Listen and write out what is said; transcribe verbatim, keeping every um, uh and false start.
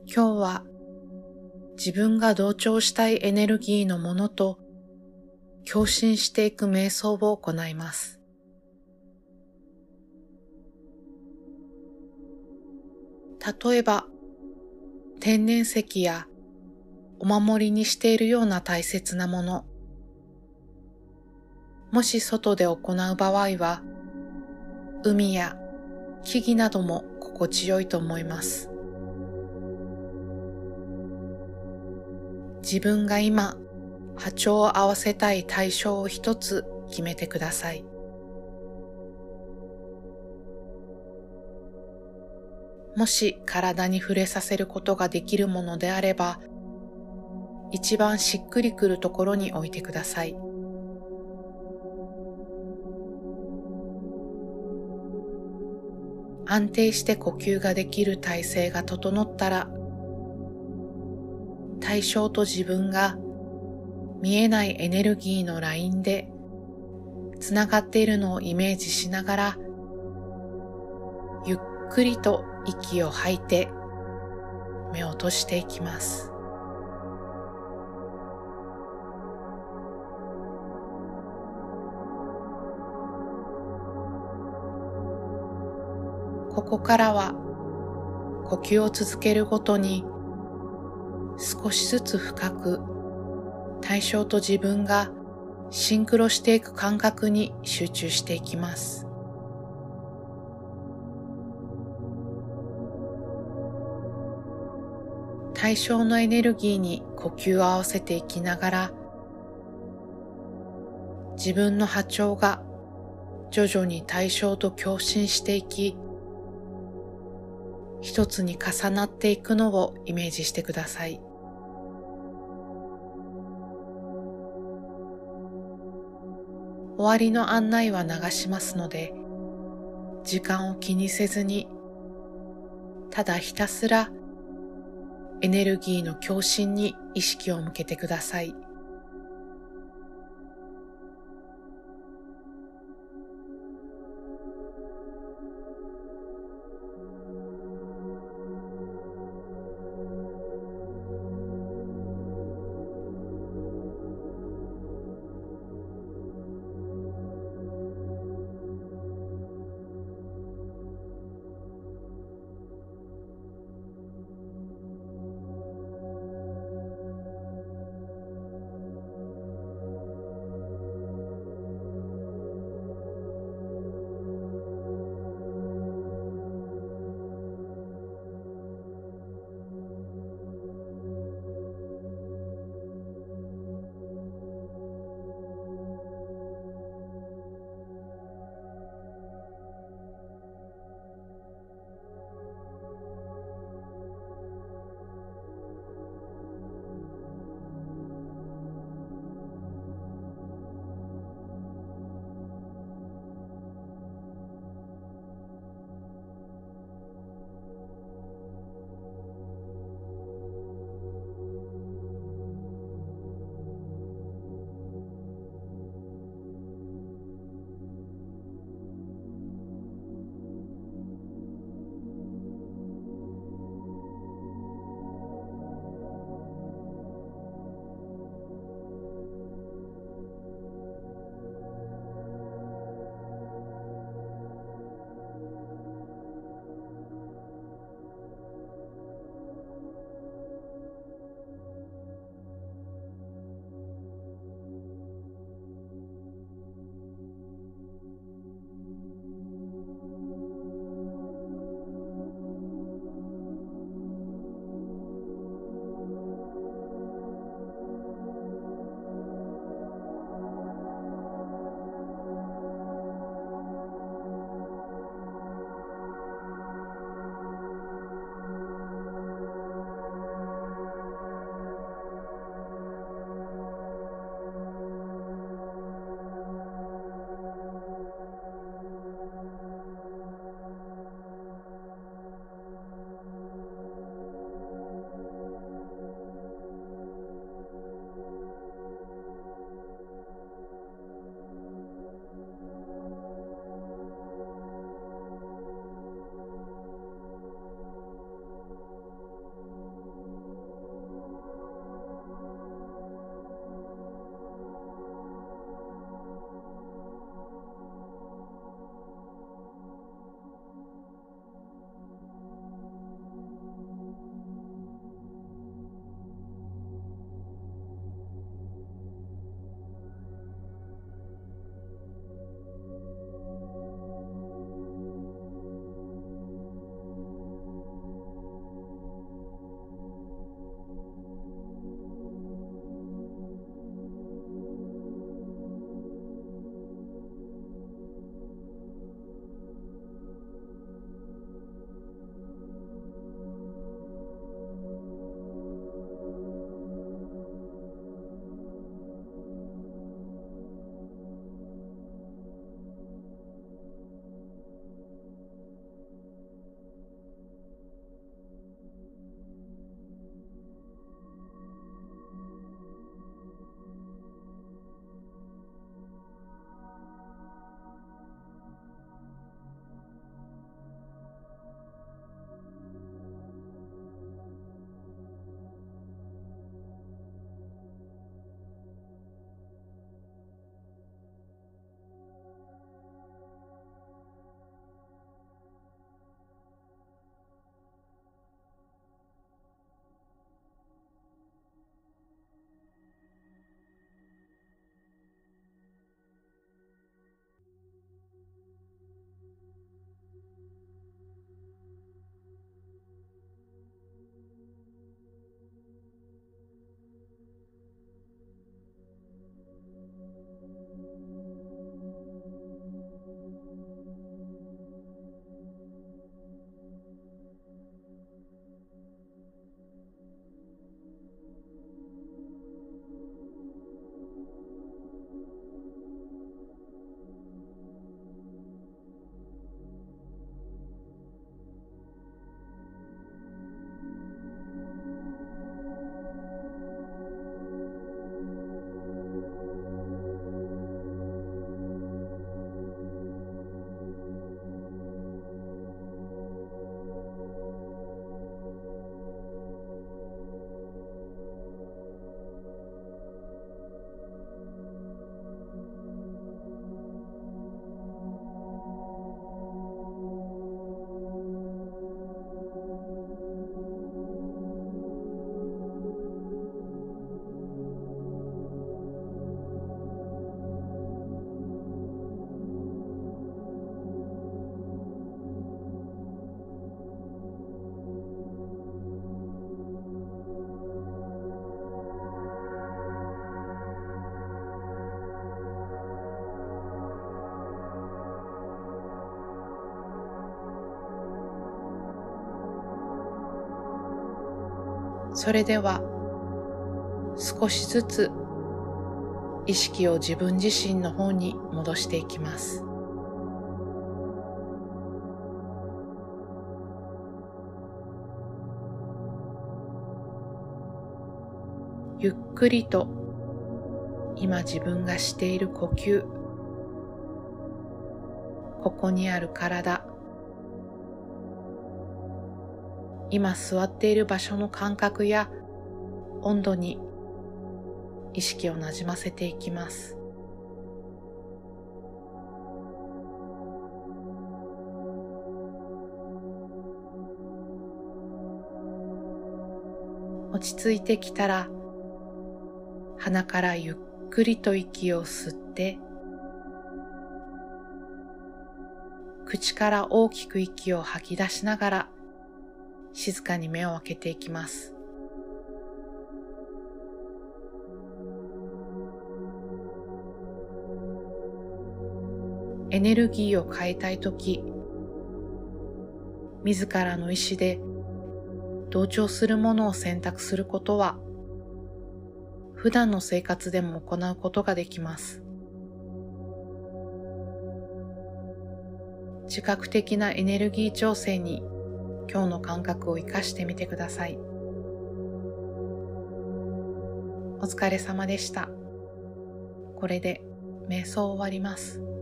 今日は自分が同調したいエネルギーのものと共振していく瞑想を行います。例えば、天然石やお守りにしているような大切なもの、もし外で行う場合は、海や木々なども心地よいと思います。自分が今波長を合わせたい対象を一つ決めてください。もし体に触れさせることができるものであれば、一番しっくりくるところに置いてください。安定して呼吸ができる体勢が整ったら、対象と自分が見えないエネルギーのラインでつながっているのをイメージしながら、ゆっくりと息を吐いて目を閉じていきます。ここからは呼吸を続けるごとに少しずつ深く対象と自分がシンクロしていく感覚に集中していきます。対象のエネルギーに呼吸を合わせていきながら、自分の波長が徐々に対象と共振していき、一つに重なっていくのをイメージしてください。終わりの案内は流しますので、時間を気にせずに、ただひたすらエネルギーの共振に意識を向けてください。 それでは少しずつ意識を自分自身の方に戻していきます。ゆっくりと今自分がしている呼吸、ここにある体、今座っている場所の感覚や温度に意識をなじませていきます。落ち着いてきたら、鼻からゆっくりと息を吸って、口から大きく息を吐き出しながら、静かに目を開けていきます。エネルギーを変えたいとき、自らの意志で同調するものを選択することは、普段の生活でも行うことができます。自覚的なエネルギー調整に今日の感覚を生かしてみてください。お疲れ様でした。これで瞑想を終わります。